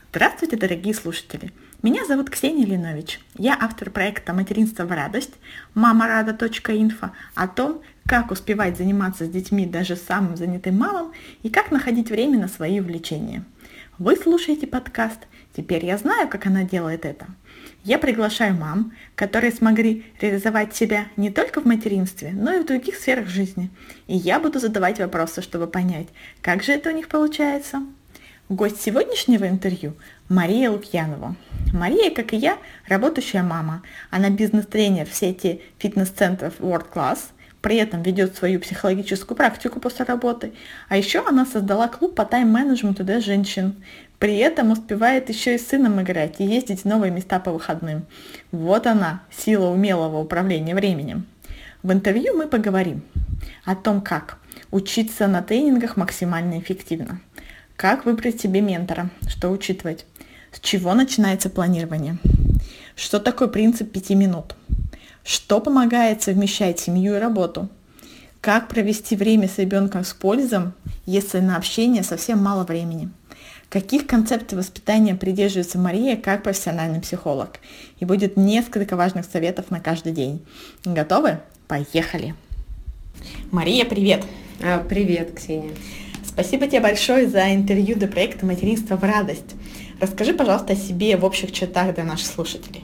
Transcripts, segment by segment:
Здравствуйте, дорогие слушатели! Меня зовут Ксения Линович. Я автор проекта «Материнство в радость» мамарада.инфо о том, как успевать заниматься с детьми даже самым занятым мамам и как находить время на свои увлечения. Вы слушаете подкаст «Теперь я знаю, как она делает это». Я приглашаю мам, которые смогли реализовать себя не только в материнстве, но и в других сферах жизни. И я буду задавать вопросы, чтобы понять, как же это у них получается. Гость сегодняшнего интервью – Мария Лукьянова. Мария, как и я, работающая мама. Она бизнес-тренер в сети фитнес-центров World Class, при этом ведет свою психологическую практику после работы. А еще она создала клуб по тайм-менеджменту для женщин. При этом успевает еще и с сыном играть и ездить в новые места по выходным. Вот она, сила умелого управления временем. В интервью мы поговорим о том, как учиться на тренингах максимально эффективно. Как выбрать себе ментора? Что учитывать? С чего начинается планирование? Что такое принцип 5 минут? Что помогает совмещать семью и работу? Как провести время с ребенком с пользой, если на общение совсем мало времени? Каких концептов воспитания придерживается Мария как профессиональный психолог? И будет несколько важных советов на каждый день. Готовы? Поехали! Мария, привет! Привет, Ксения! Спасибо тебе большое за интервью до проекта «Материнство в радость». Расскажи, пожалуйста, о себе в общих чертах для наших слушателей.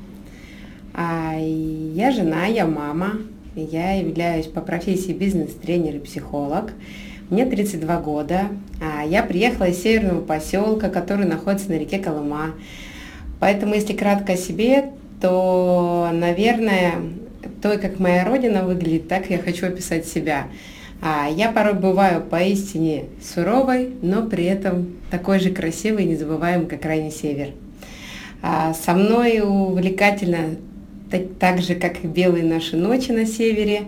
Я жена, я мама. Я являюсь по профессии бизнес-тренер и психолог. Мне 32 года. Я приехала из северного поселка, который находится на реке Колыма. Поэтому, если кратко о себе, то, наверное, то, как моя родина выглядит, так я хочу описать себя. Я порой бываю поистине суровой, но при этом такой же красивой и незабываемой, как крайний север. Со мной увлекательно так же, как и белые наши ночи на севере.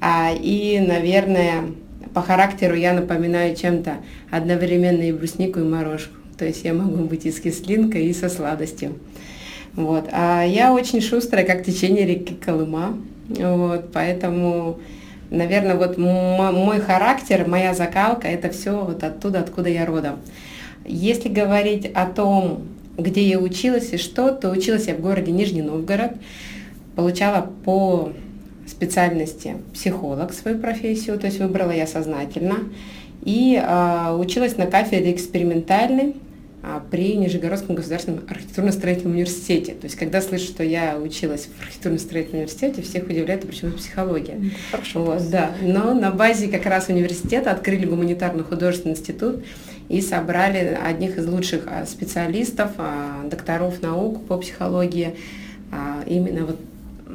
И, наверное, по характеру я напоминаю чем-то одновременно и бруснику, и морожку. То есть я могу быть и с кислинкой, и со сладостью. Вот. Я очень шустрая, как течение реки Колыма. Вот. Поэтому... Наверное, вот мой характер, моя закалка – это все вот оттуда, откуда я родом. Если говорить о том, где я училась и что, то училась я в городе Нижний Новгород, получала по специальности психолог свою профессию, то есть выбрала я сознательно, и училась на кафедре экспериментальной при Нижегородском государственном архитектурно-строительном университете. То есть, когда слышат, что я училась в архитектурно-строительном университете, всех удивляет, почему психология. Хорошо. Вот, да. Но на базе как раз университета открыли гуманитарно-художественный институт и собрали одних из лучших специалистов, докторов наук по психологии именно вот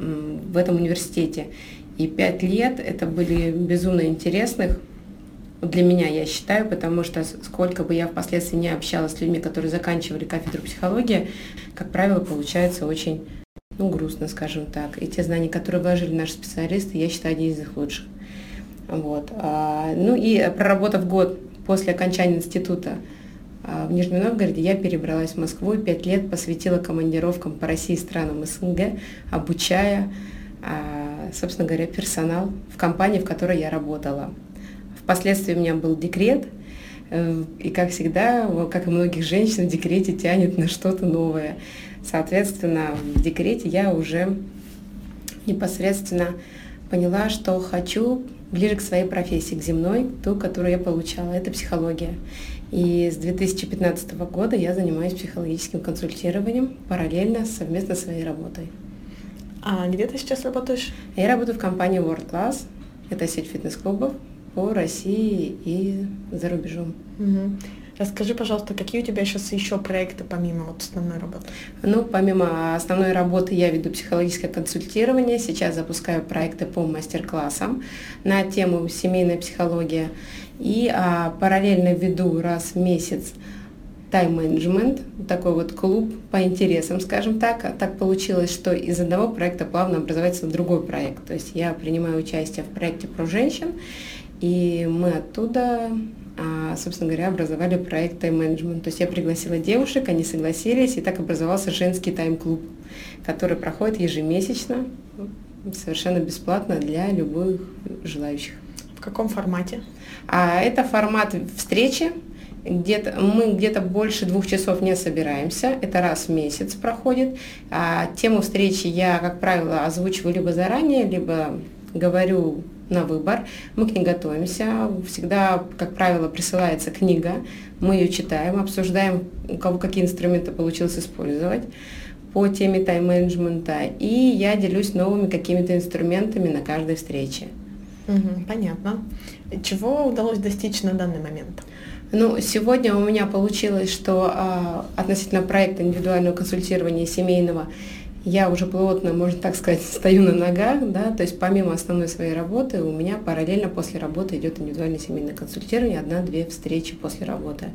в этом университете. И 5 лет это были безумно интересных, для меня, я считаю, потому что сколько бы я впоследствии не общалась с людьми, которые заканчивали кафедру психологии, как правило, получается очень, грустно, скажем так. И те знания, которые вложили наши специалисты, я считаю, одни из их лучших. Вот. И проработав год после окончания института в Нижнем Новгороде, я перебралась в Москву и 5 лет посвятила командировкам по России и странам СНГ, обучая, собственно говоря, персонал в компании, в которой я работала. Впоследствии у меня был декрет, и, как всегда, как и многих женщин, в декрете тянет на что-то новое. Соответственно, в декрете я уже непосредственно поняла, что хочу ближе к своей профессии, к земной, ту, которую я получала, это психология. И с 2015 года я занимаюсь психологическим консультированием параллельно, совместно с своей работой. А где ты сейчас работаешь? Я работаю в компании World Class, это сеть фитнес-клубов по России и за рубежом. Угу. Расскажи, пожалуйста, какие у тебя сейчас еще проекты помимо основной работы? Помимо основной работы я веду психологическое консультирование. Сейчас запускаю проекты по мастер-классам на тему семейная психология. И параллельно веду раз в месяц тайм-менеджмент, такой вот клуб по интересам, скажем так. Так получилось, что из одного проекта плавно образуется другой проект. То есть я принимаю участие в проекте про женщин, и мы оттуда, собственно говоря, образовали проект тайм-менеджмент. То есть я пригласила девушек, они согласились, и так образовался женский тайм-клуб, который проходит ежемесячно, совершенно бесплатно для любых желающих. В каком формате? Это формат встречи. Мы где-то больше 2 часов не собираемся, это раз в месяц проходит. Тему встречи я, как правило, озвучиваю либо заранее, либо говорю на выбор. Мы к ней готовимся. Всегда, как правило, присылается книга. Мы ее читаем, обсуждаем, у кого какие инструменты получилось использовать по теме тайм-менеджмента. И я делюсь новыми какими-то инструментами на каждой встрече. Понятно. Чего удалось достичь на данный момент? Сегодня у меня получилось, что относительно проекта индивидуального консультирования семейного я уже плотно, можно так сказать, стою на ногах, да, то есть помимо основной своей работы у меня параллельно после работы идет индивидуальное семейное консультирование, 1-2 встречи после работы.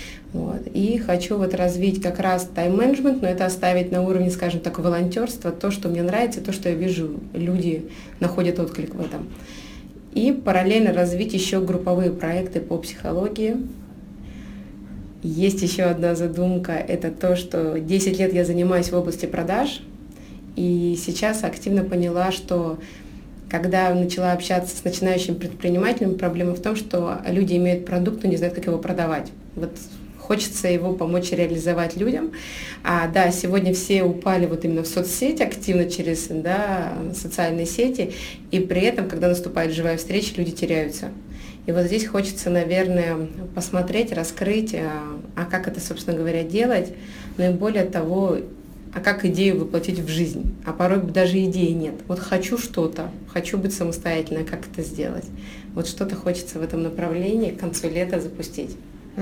И хочу развить как раз тайм-менеджмент, но это оставить на уровне, скажем так, волонтерства, то, что мне нравится, то, что я вижу, люди находят отклик в этом. И параллельно развить еще групповые проекты по психологии. Есть еще одна задумка, это то, что 10 лет я занимаюсь в области продаж, и сейчас активно поняла, что когда начала общаться с начинающими предпринимателями, проблема в том, что люди имеют продукт, но не знают, как его продавать. Хочется его помочь реализовать людям. Да, сегодня все упали именно в соцсети активно через социальные сети, и при этом, когда наступает живая встреча, люди теряются. И здесь хочется, наверное, посмотреть, раскрыть, как это, собственно говоря, делать, но и более того, как идею воплотить в жизнь. А порой даже идеи нет. Хочу что-то, хочу быть самостоятельной, как это сделать. Что-то хочется в этом направлении к концу лета запустить.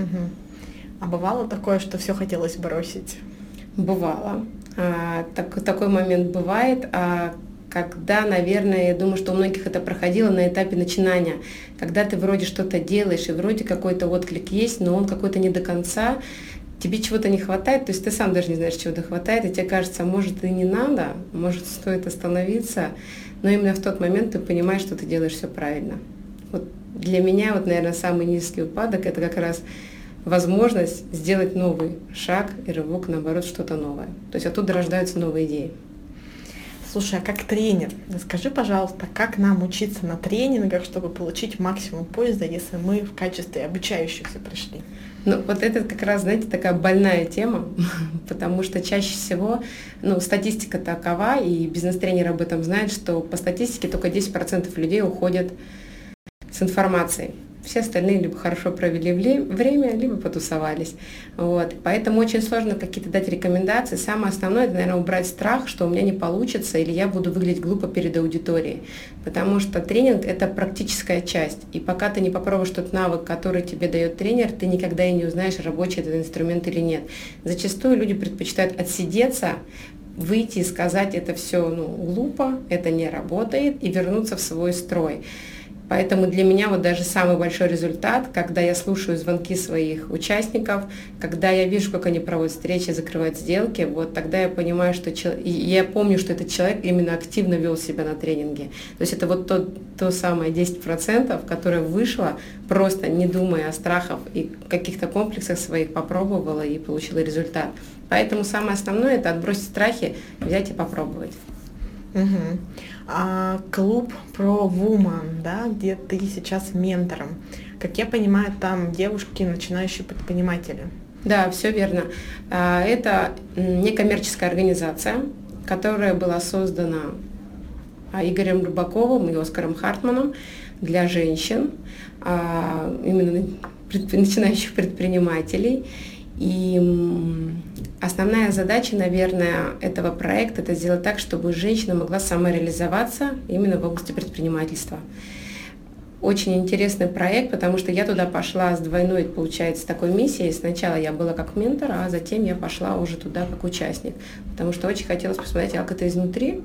А бывало такое, что все хотелось бросить? Бывало. Такой момент бывает, когда, наверное, я думаю, что у многих это проходило на этапе начинания, когда ты вроде что-то делаешь, и вроде какой-то отклик есть, но он какой-то не до конца, тебе чего-то не хватает, то есть ты сам даже не знаешь, чего-то хватает, и тебе кажется, может и не надо, может стоит остановиться, но именно в тот момент ты понимаешь, что ты делаешь все правильно. Для меня, наверное, самый низкий упадок — это как раз возможность сделать новый шаг и рывок, наоборот, что-то новое. То есть оттуда рождаются новые идеи. Слушай, а как тренер, расскажи, пожалуйста, как нам учиться на тренингах, чтобы получить максимум пользы, если мы в качестве обучающихся пришли? Это как раз, знаете, такая больная тема, потому что чаще всего, статистика такова, и бизнес-тренеры об этом знают, что по статистике только 10% людей уходят с информацией. Все остальные либо хорошо провели время, либо потусовались. Поэтому очень сложно какие-то дать рекомендации. Самое основное — это, наверное, убрать страх, что у меня не получится или я буду выглядеть глупо перед аудиторией. Потому что тренинг — это практическая часть. И пока ты не попробуешь тот навык, который тебе дает тренер, ты никогда и не узнаешь, рабочий этот инструмент или нет. Зачастую люди предпочитают отсидеться, выйти и сказать: это все глупо, это не работает, и вернуться в свой строй. Поэтому для меня даже самый большой результат, когда я слушаю звонки своих участников, когда я вижу, как они проводят встречи, закрывают сделки, тогда я понимаю, что я помню, что этот человек именно активно вел себя на тренинге. То есть это то самое 10%, которое вышло, просто не думая о страхах и каких-то комплексах своих, попробовала и получила результат. Поэтому самое основное — это отбросить страхи, взять и попробовать. Клуб Pro Woman, где ты сейчас ментором. Как я понимаю, там девушки, начинающие предприниматели. Да, все верно. Это некоммерческая организация, которая была создана Игорем Рыбаковым и Оскаром Хартманом для женщин, именно начинающих предпринимателей. И основная задача, наверное, этого проекта — это сделать так, чтобы женщина могла самореализоваться именно в области предпринимательства. Очень интересный проект, потому что я туда пошла с двойной, получается, такой миссией. Сначала я была как ментор, а затем я пошла уже туда как участник, потому что очень хотелось посмотреть, как это изнутри.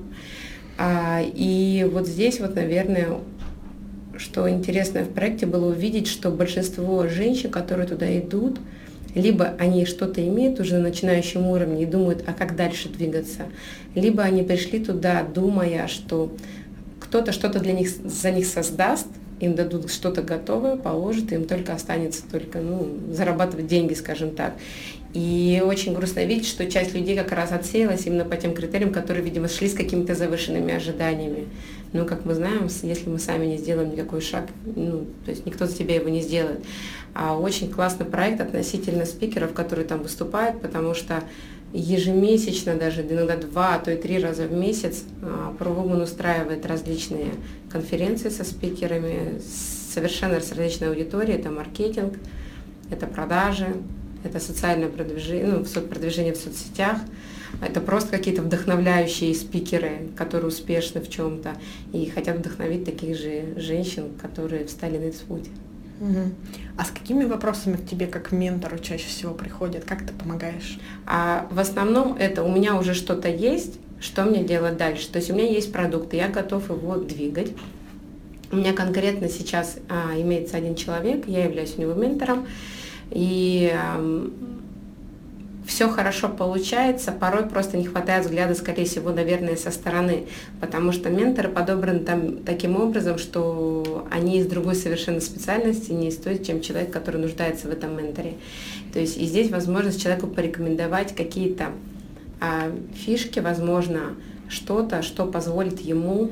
И здесь, наверное, что интересно в проекте было увидеть, что большинство женщин, которые туда идут, либо они что-то имеют уже на начинающем уровне и думают, а как дальше двигаться, либо они пришли туда, думая, что кто-то что-то за них создаст, им дадут что-то готовое, положат, им только останется зарабатывать деньги, скажем так. И очень грустно видеть, что часть людей как раз отсеялась именно по тем критериям, которые, видимо, шли с какими-то завышенными ожиданиями. Но, как мы знаем, если мы сами не сделаем никакой шаг, то есть никто за тебя его не сделает. А очень классный проект относительно спикеров, которые там выступают, потому что ежемесячно, даже иногда 2, а то и 3 раза в месяц ProWoman устраивает различные конференции со спикерами, совершенно с различной аудиторией. Это маркетинг, это продажи, это социальное продвижение, продвижение в соцсетях. Это просто какие-то вдохновляющие спикеры, которые успешны в чем-то и хотят вдохновить таких же женщин, которые встали на этот путь. Угу. А с какими вопросами к тебе как ментору чаще всего приходят? Как ты помогаешь? В основном это у меня уже что-то есть, что мне делать дальше. То есть у меня есть продукт, и я готов его двигать. У меня конкретно сейчас имеется один человек, я являюсь у него ментором, и все хорошо получается, порой просто не хватает взгляда, скорее всего, наверное, со стороны, потому что менторы подобраны там таким образом, что они из другой совершенно специальности, не из той, чем человек, который нуждается в этом менторе. То есть и здесь возможность человеку порекомендовать какие-то фишки, возможно, что-то, что позволит ему,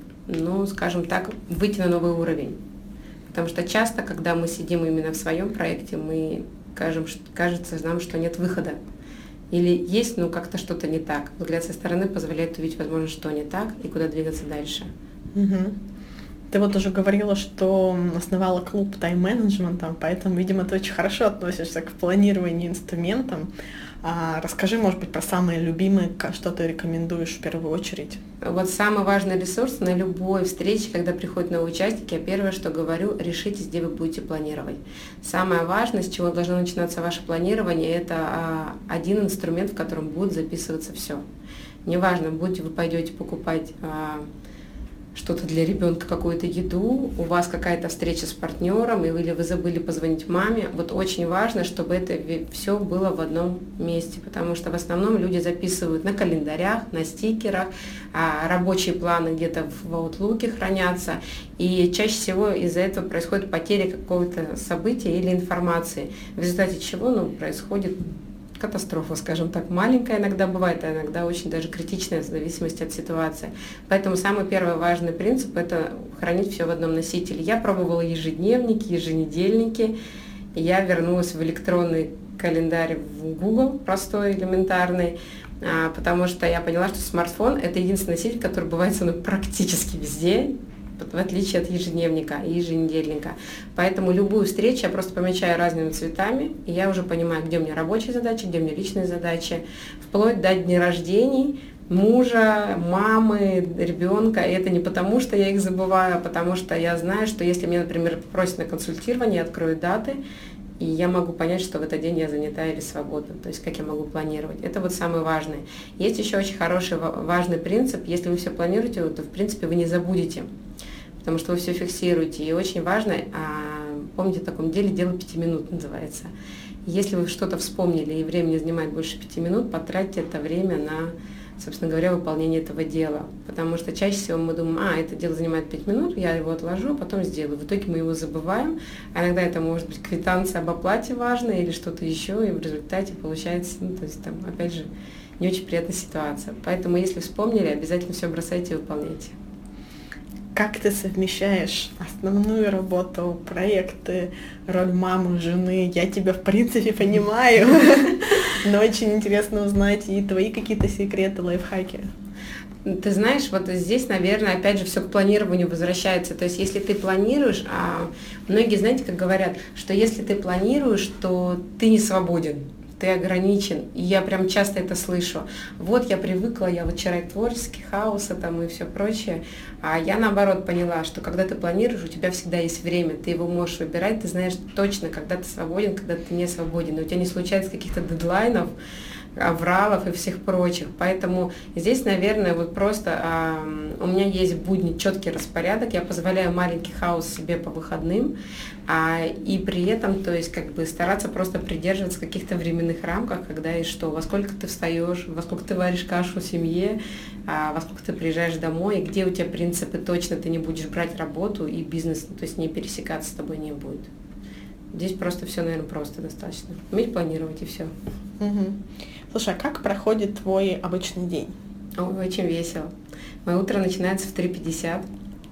скажем так, выйти на новый уровень. Потому что часто, когда мы сидим именно в своем проекте, мы кажется нам, что нет выхода. Или есть, но как-то что-то не так. Взгляд со стороны позволяет увидеть, возможно, что не так и куда двигаться дальше. Угу. Ты вот уже говорила, что основала клуб тайм-менеджмента, поэтому, видимо, ты очень хорошо относишься к планированию инструментам. Расскажи, может быть, про самые любимые, что ты рекомендуешь в первую очередь. Вот самый важный ресурс на любой встрече, когда приходят новые участники, я первое, что говорю, решитесь, где вы будете планировать. Самое важное, с чего должно начинаться ваше планирование, это один инструмент, в котором будет записываться все. Неважно, будь вы пойдете покупать что-то для ребенка, какую-то еду, у вас какая-то встреча с партнером, или вы забыли позвонить маме. Вот очень важно, чтобы это все было в одном месте, потому что в основном люди записывают на календарях, на стикерах, рабочие планы где-то в Outlook хранятся, и чаще всего из-за этого происходит потеря какого-то события или информации, в результате чего происходит катастрофа, скажем так, маленькая иногда бывает, а иногда очень даже критичная в зависимости от ситуации. Поэтому самый первый важный принцип – это хранить все в одном носителе. Я пробовала ежедневники, еженедельники, я вернулась в электронный календарь в Google, простой, элементарный, потому что я поняла, что смартфон – это единственный носитель, который бывает со мной практически везде, в отличие от ежедневника и еженедельника. Поэтому любую встречу я просто помечаю разными цветами, и я уже понимаю, где у меня рабочие задачи, где у меня личные задачи, вплоть до дней рождений мужа, мамы, ребенка. И это не потому, что я их забываю, а потому что я знаю, что если меня, например, попросят на консультирование, я открою даты, и я могу понять, что в этот день я занята или свободна, то есть как я могу планировать. Это вот самое важное. Есть еще очень хороший, важный принцип, если вы все планируете, то в принципе вы не забудете, потому что вы все фиксируете. И очень важно, помните, в таком деле дело 5 минут называется. Если вы что-то вспомнили и время не занимает больше 5 минут, потратьте это время на, собственно говоря, выполнение этого дела. Потому что чаще всего мы думаем, это дело занимает 5 минут, я его отложу, а потом сделаю. В итоге мы его забываем. А иногда это может быть квитанция об оплате важная или что-то еще, и в результате получается, то есть там, опять же, не очень приятная ситуация. Поэтому, если вспомнили, обязательно все бросайте и выполняйте. Как ты совмещаешь основную работу, проекты, роль мамы, жены? Я тебя, в принципе, понимаю, но очень интересно узнать и твои какие-то секреты, лайфхаки. Ты знаешь, вот здесь, наверное, опять же, все к планированию возвращается. То есть, если ты планируешь, многие, знаете, как говорят, что если ты планируешь, то ты не свободен. Ты ограничен. И я прям часто это слышу. Вот я привыкла, я вот человек творческий, хаоса там и все прочее. А я наоборот поняла, что когда ты планируешь, у тебя всегда есть время, ты его можешь выбирать, ты знаешь точно, когда ты свободен, когда ты не свободен. И у тебя не случается каких-то дедлайнов, авралов и всех прочих. Поэтому здесь, наверное, вот просто у меня есть в будни четкий распорядок, я позволяю маленький хаос себе по выходным, и при этом, то есть, как бы стараться просто придерживаться каких-то временных рамках, когда и что, во сколько ты встаешь, во сколько ты варишь кашу семье, во сколько ты приезжаешь домой, и где у тебя принципы точно ты не будешь брать работу и бизнес, то есть не пересекаться с тобой не будет. Здесь просто все, наверное, просто достаточно. Уметь планировать и все. Угу. Слушай, а как проходит твой обычный день? Очень весело. Мое утро начинается в 3:50.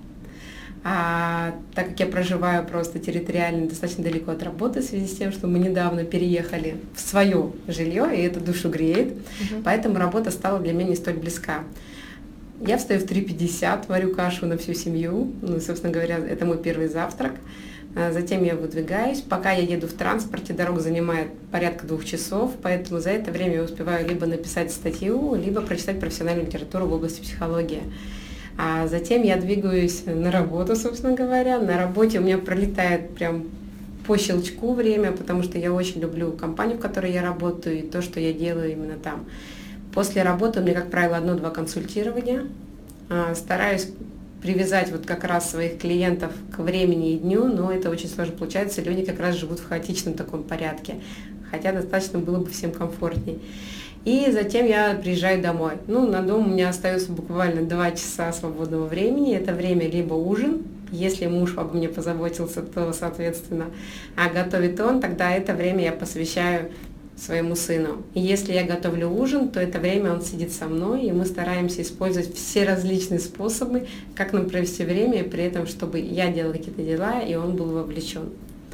Так как я проживаю просто территориально достаточно далеко от работы в связи с тем, что мы недавно переехали в свое жилье, и это душу греет, поэтому работа стала для меня не столь близка. Я встаю в 3:50, варю кашу на всю семью, собственно говоря, это мой первый завтрак. Затем я выдвигаюсь. Пока я еду в транспорте, дорога занимает порядка 2 часов, поэтому за это время я успеваю либо написать статью, либо прочитать профессиональную литературу в области психологии. А затем я двигаюсь на работу, собственно говоря. На работе у меня пролетает прям по щелчку время, потому что я очень люблю компанию, в которой я работаю, и то, что я делаю именно там. После работы у меня, как правило, 1-2 консультирования. Стараюсь привязать вот как раз своих клиентов к времени и дню, но это очень сложно получается. Люди как раз живут в хаотичном таком порядке, хотя достаточно было бы всем комфортней. И затем я приезжаю домой. На дом у меня остается буквально 2 часа свободного времени. Это время либо ужин, если муж обо мне позаботился, то, соответственно, готовит он, тогда это время я посвящаю своему сыну. И если я готовлю ужин, то это время он сидит со мной, и мы стараемся использовать все различные способы, как нам провести время, и при этом, чтобы я делала какие-то дела, и он был вовлечен.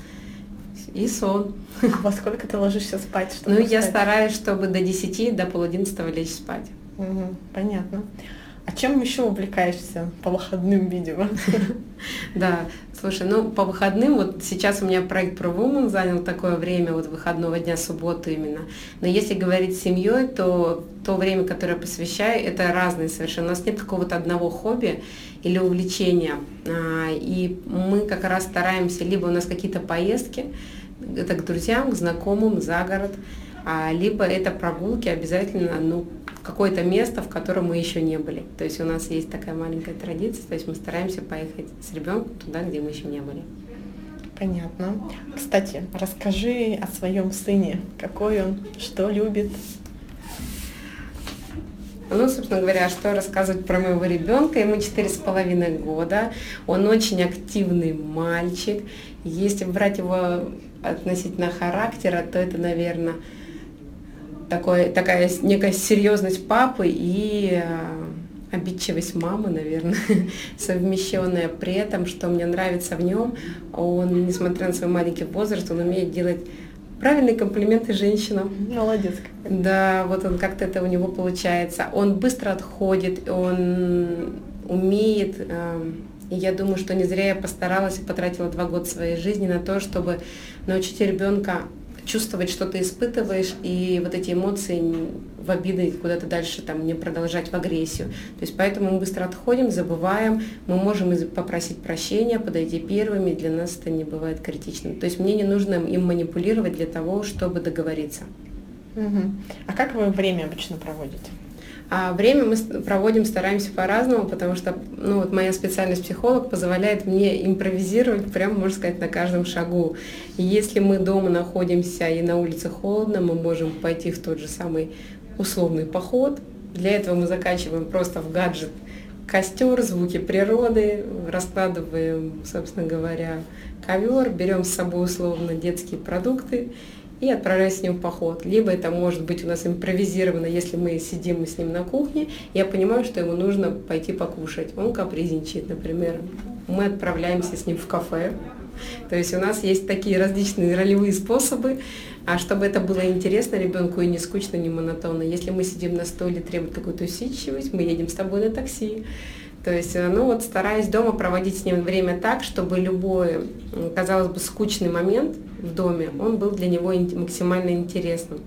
И сон. А во сколько ты ложишься спать? Я стараюсь, чтобы до 10, до 10:30 лечь спать. Понятно. А чем еще увлекаешься по выходным, видимо? Да, слушай, по выходным, вот сейчас у меня проект про Woman занял такое время, вот выходного дня, субботу именно. Но если говорить с семьей, то время, которое я посвящаю, это разные совершенно. У нас нет какого-то одного хобби или увлечения. И мы как раз стараемся, либо у нас какие-то поездки, это к друзьям, к знакомым, за город, либо это прогулки обязательно, какое-то место, в котором мы еще не были. То есть у нас есть такая маленькая традиция, то есть мы стараемся поехать с ребенком туда, где мы еще не были. Понятно. Кстати, расскажи о своем сыне. Какой он, что любит? Собственно говоря, что рассказывать про моего ребенка? Ему 4,5 года. Он очень активный мальчик. Если брать его относительно характера, то это, наверное, такая некая серьезность папы и обидчивость мамы, наверное, совмещенная. При этом, что мне нравится в нем, он, несмотря на свой маленький возраст, он умеет делать правильные комплименты женщинам. Молодец. Да, вот он как-то это у него получается. Он быстро отходит, он умеет. И я думаю, что не зря я постаралась и потратила 2 года своей жизни на то, чтобы научить ребенка чувствовать, что ты испытываешь, и вот эти эмоции в обиды куда-то дальше не продолжать в агрессию. То есть поэтому мы быстро отходим, забываем, мы можем попросить прощения, подойти первыми, для нас это не бывает критичным. То есть мне не нужно им манипулировать для того, чтобы договориться. А как вы время обычно проводите? Время мы проводим, стараемся по-разному, потому что моя специальность психолог позволяет мне импровизировать, прямо, можно сказать, на каждом шагу. И если мы дома находимся и на улице холодно, мы можем пойти в тот же самый условный поход. Для этого мы закачиваем просто в гаджет костер, звуки природы, раскладываем, собственно говоря, ковер, берем с собой условно детские продукты и отправляюсь с ним в поход. Либо это может быть у нас импровизировано, если мы сидим с ним на кухне, я понимаю, что ему нужно пойти покушать. Он капризничает, например. Мы отправляемся с ним в кафе. То есть у нас есть такие различные ролевые способы, чтобы это было интересно ребенку и не скучно, не монотонно. Если мы сидим на стуле, требует какую-то усидчивость, мы едем с тобой на такси. То есть, стараюсь дома проводить с ним время так, чтобы любой, казалось бы, скучный момент в доме, он был для него максимально интересным.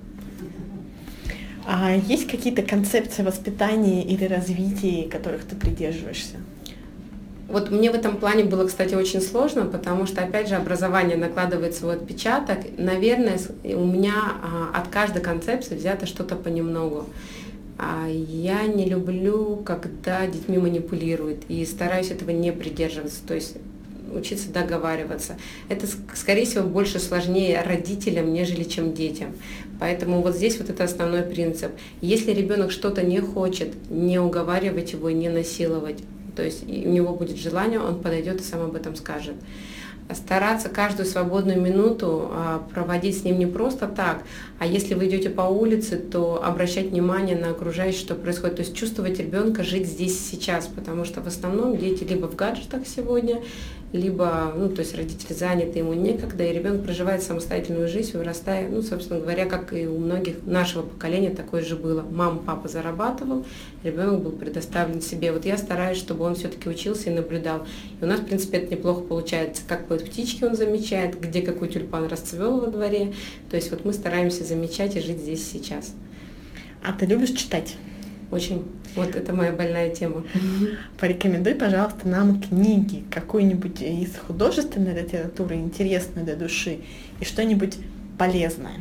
А есть какие-то концепции воспитания или развития, которых ты придерживаешься? Вот мне в этом плане было, кстати, очень сложно, потому что, опять же, образование накладывает свой отпечаток. Наверное, у меня от каждой концепции взято что-то понемногу. Я не люблю, когда детьми манипулируют, и стараюсь этого не придерживаться, то есть учиться договариваться. Это, скорее всего, больше сложнее родителям, нежели чем детям. Поэтому вот здесь вот это основной принцип. Если ребенок что-то не хочет, не уговаривать его, не насиловать. То есть у него будет желание, он подойдет и сам об этом скажет. стараться каждую свободную минуту проводить с ним не просто так, а если вы идете по улице, то обращать внимание на окружающее, что происходит. То есть чувствовать ребенка, жить здесь и сейчас, потому что в основном дети либо в гаджетах сегодня, либо, то есть родители заняты, ему некогда, и ребенок проживает самостоятельную жизнь, вырастая, собственно говоря, как и у многих нашего поколения такое же было. Мама, папа зарабатывал, ребенок был предоставлен себе. Вот я стараюсь, чтобы он все-таки учился и наблюдал. И у нас, в принципе, это неплохо получается. Как поют птички, он замечает, где какой тюльпан расцвел во дворе. То есть вот мы стараемся замечать и жить здесь и сейчас. А ты любишь читать? Очень. Вот это моя больная тема. Порекомендуй, пожалуйста, нам книги, какую-нибудь из художественной литературы, интересной для души, и что-нибудь полезное.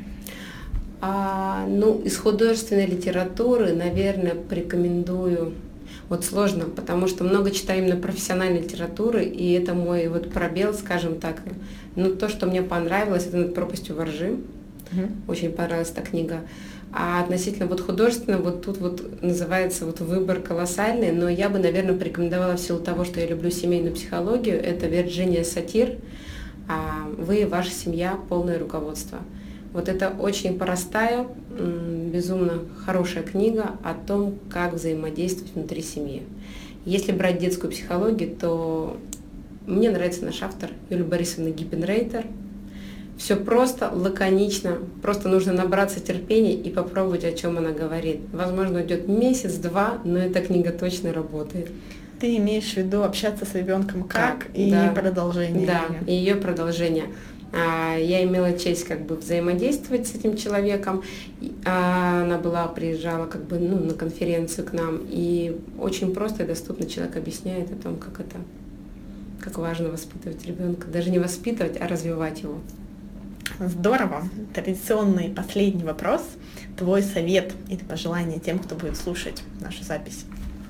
Из художественной литературы, наверное, порекомендую. Вот сложно, потому что много читаю именно профессиональной литературы, и это мой пробел, скажем так. То, что мне понравилось, это «Над пропастью во ржи». Очень понравилась эта книга. А относительно художественно, тут называется выбор колоссальный, но я бы, наверное, порекомендовала в силу того, что я люблю семейную психологию, это Вирджиния Сатир «Вы и ваша семья. Полное руководство». Вот это очень простая, безумно хорошая книга о том, как взаимодействовать внутри семьи. Если брать детскую психологию, то мне нравится наш автор Юлия Борисовна Гиппенрейтер. Все просто, лаконично, просто нужно набраться терпения и попробовать, о чем она говорит. Возможно, уйдет месяц-два, но эта книга точно работает. Ты имеешь в виду общаться с ребенком и продолжение? Да, и ее продолжение. Я имела честь взаимодействовать с этим человеком. Она приезжала на конференцию к нам, и очень просто и доступно человек объясняет о том, как важно воспитывать ребенка. Даже не воспитывать, а развивать его. Здорово. Традиционный последний вопрос. Твой совет или пожелание тем, кто будет слушать нашу запись?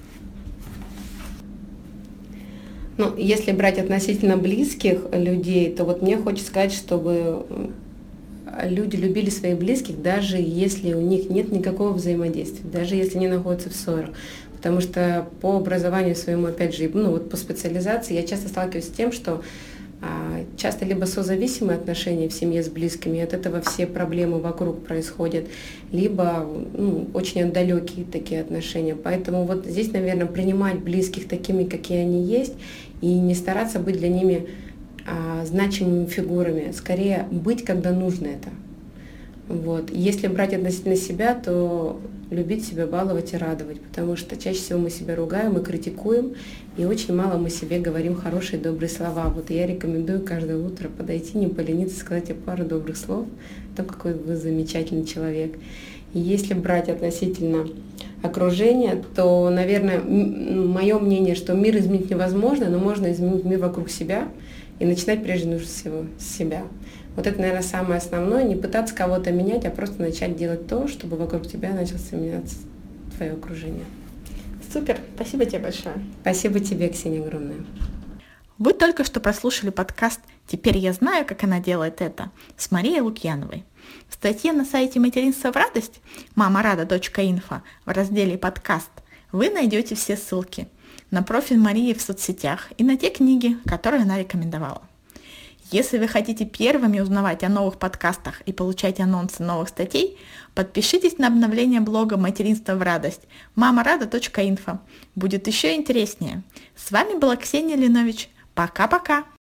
Если брать относительно близких людей, то мне хочется сказать, чтобы люди любили своих близких, даже если у них нет никакого взаимодействия, даже если они находятся в ссорах. Потому что по образованию своему, опять же, по специализации я часто сталкиваюсь с тем, что часто либо созависимые отношения в семье с близкими, от этого все проблемы вокруг происходят, либо очень далекие такие отношения. Поэтому здесь, наверное, принимать близких такими, какие они есть, и не стараться быть для ними значимыми фигурами, скорее быть, когда нужно это. Если брать относительно себя, то любить себя, баловать и радовать, потому что чаще всего мы себя ругаем и критикуем, и очень мало мы себе говорим хорошие, добрые слова. Я рекомендую каждое утро подойти, не полениться, сказать пару добрых слов о том, какой вы замечательный человек. И если брать относительно окружения, то, наверное, мое мнение, что мир изменить невозможно, но можно изменить мир вокруг себя и начинать прежде всего с себя. Это, наверное, самое основное, не пытаться кого-то менять, а просто начать делать то, чтобы вокруг тебя начало меняться твое окружение. Супер, спасибо тебе большое. Спасибо тебе, Ксения, огромное. Вы только что прослушали подкаст «Теперь я знаю, как она делает это» с Марией Лукьяновой. В статье на сайте «Материнство в радость» mamarada.info в разделе «Подкаст» вы найдете все ссылки на профиль Марии в соцсетях и на те книги, которые она рекомендовала. Если вы хотите первыми узнавать о новых подкастах и получать анонсы новых статей, подпишитесь на обновление блога «Материнство в радость» mamarada.info. Будет еще интереснее. С вами была Ксения Линович. Пока-пока!